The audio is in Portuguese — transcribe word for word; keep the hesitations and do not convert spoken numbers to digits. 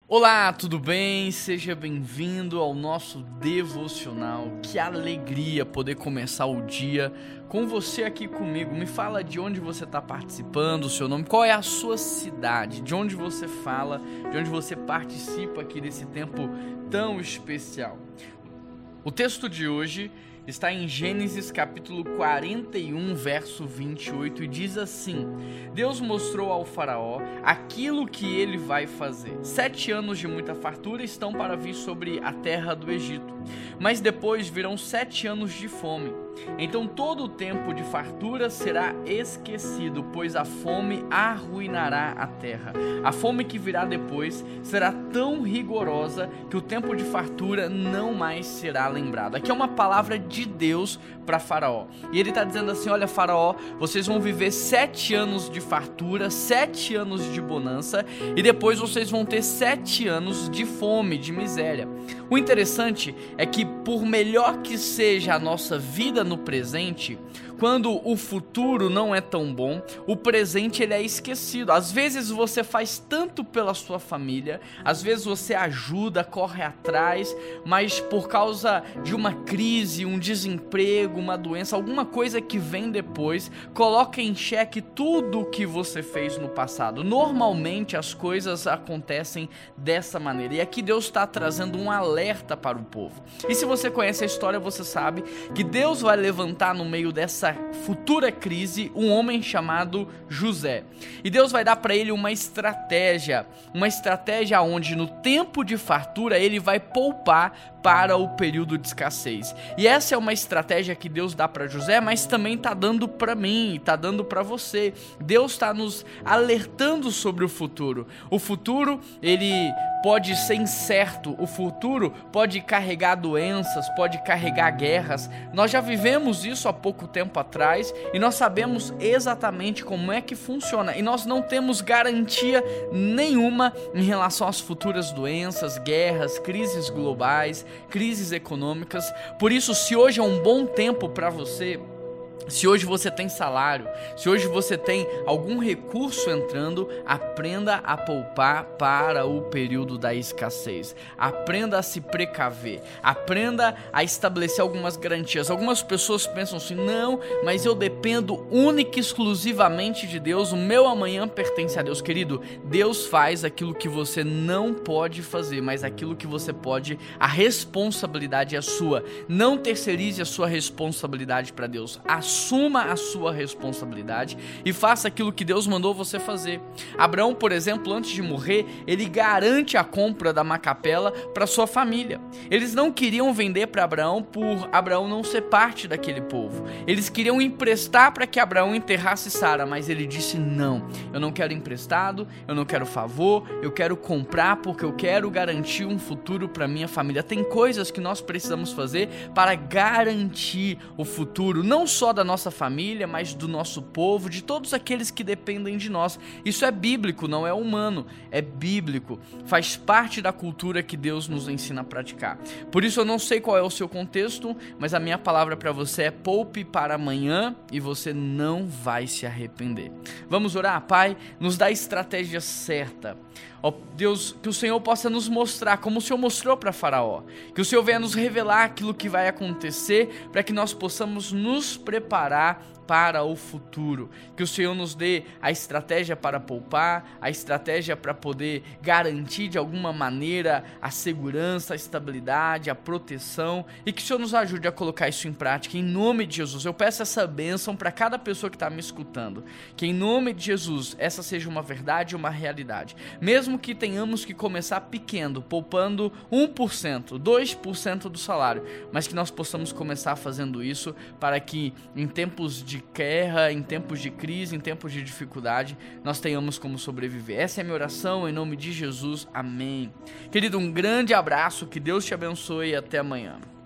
Olá, tudo bem? Seja bem-vindo ao nosso devocional. Que alegria poder começar o dia com você aqui comigo. Me fala de onde você está participando, o seu nome, qual é a sua cidade, de onde você fala, de onde você participa aqui desse tempo tão especial. O texto de hoje está em Gênesis capítulo quarenta e um, verso vinte e oito, e diz assim: Deus mostrou ao faraó aquilo que ele vai fazer. Sete anos de muita fartura estão para vir sobre a terra do Egito, mas depois virão sete anos de fome. Então todo o tempo de fartura será esquecido, pois a fome arruinará a terra. A fome que virá depois será tão rigorosa que o tempo de fartura não mais será lembrado. Aqui é uma palavra de Deus para Faraó. E ele está dizendo assim: olha, Faraó, vocês vão viver sete anos de fartura, sete anos de bonança, e depois vocês vão ter sete anos de fome, de miséria. O interessante é que, por melhor que seja a nossa vida no presente, quando o futuro não é tão bom, o presente ele é esquecido. Às vezes você faz tanto pela sua família, às vezes você ajuda, corre atrás, mas por causa de uma crise, um desemprego, uma doença, alguma coisa que vem depois, coloca em xeque tudo o que você fez no passado. Normalmente as coisas acontecem dessa maneira, e aqui Deus está trazendo um alerta para o povo. E se você conhece a história, você sabe que Deus vai levantar no meio dessa futura crise um homem chamado José, e Deus vai dar para ele uma estratégia, uma estratégia onde no tempo de fartura ele vai poupar para o período de escassez. E essa é uma estratégia que Deus dá para José, mas também está dando para mim, está dando para você. Deus está nos alertando sobre o futuro. O futuro, ele pode ser incerto, o futuro pode carregar doenças, pode carregar guerras. Nós já vivemos isso há pouco tempo atrás e nós sabemos exatamente como é que funciona, e nós não temos garantia nenhuma em relação às futuras doenças, guerras, crises globais, crises econômicas. Por isso, se hoje é um bom tempo para você, se hoje você tem salário, se hoje você tem algum recurso entrando, aprenda a poupar para o período da escassez. Aprenda a se precaver, aprenda a estabelecer algumas garantias. Algumas pessoas pensam assim: não, mas eu dependo única e exclusivamente de Deus, o meu amanhã pertence a Deus. Querido, Deus faz aquilo que você não pode fazer, mas aquilo que você pode, a responsabilidade é sua. Não terceirize a sua responsabilidade para Deus. Assuma a sua responsabilidade e faça aquilo que Deus mandou você fazer. Abraão, por exemplo, antes de morrer, ele garante a compra da Macapela para sua família. Eles não queriam vender para Abraão por Abraão não ser parte daquele povo. Eles queriam emprestar para que Abraão enterrasse Sara, mas ele disse: não, eu não quero emprestado, eu não quero favor, eu quero comprar porque eu quero garantir um futuro para minha família. Tem coisas que nós precisamos fazer para garantir o futuro, não só da nossa família, mas do nosso povo, de todos aqueles que dependem de nós. Isso é bíblico, não é humano, é bíblico, faz parte da cultura que Deus nos ensina a praticar. Por isso eu não sei qual é o seu contexto, mas a minha palavra para você é: poupe para amanhã e você não vai se arrepender. Vamos orar? Pai, nos dá a estratégia certa. Ó Deus, que o Senhor possa nos mostrar, como o Senhor mostrou para Faraó, que o Senhor venha nos revelar aquilo que vai acontecer, para que nós possamos nos preparar para o futuro. Que o Senhor nos dê a estratégia para poupar, a estratégia para poder garantir de alguma maneira a segurança, a estabilidade, a proteção, e que o Senhor nos ajude a colocar isso em prática, em nome de Jesus. Eu peço essa bênção para cada pessoa que está me escutando, que em nome de Jesus essa seja uma verdade e uma realidade. Mesmo que tenhamos que começar pequeno, poupando um por cento, dois por cento do salário, mas que nós possamos começar fazendo isso, para que em tempos de guerra, em tempos de crise, em tempos de dificuldade, nós tenhamos como sobreviver. Essa é a minha oração, em nome de Jesus, amém. Querido, um grande abraço, que Deus te abençoe e até amanhã.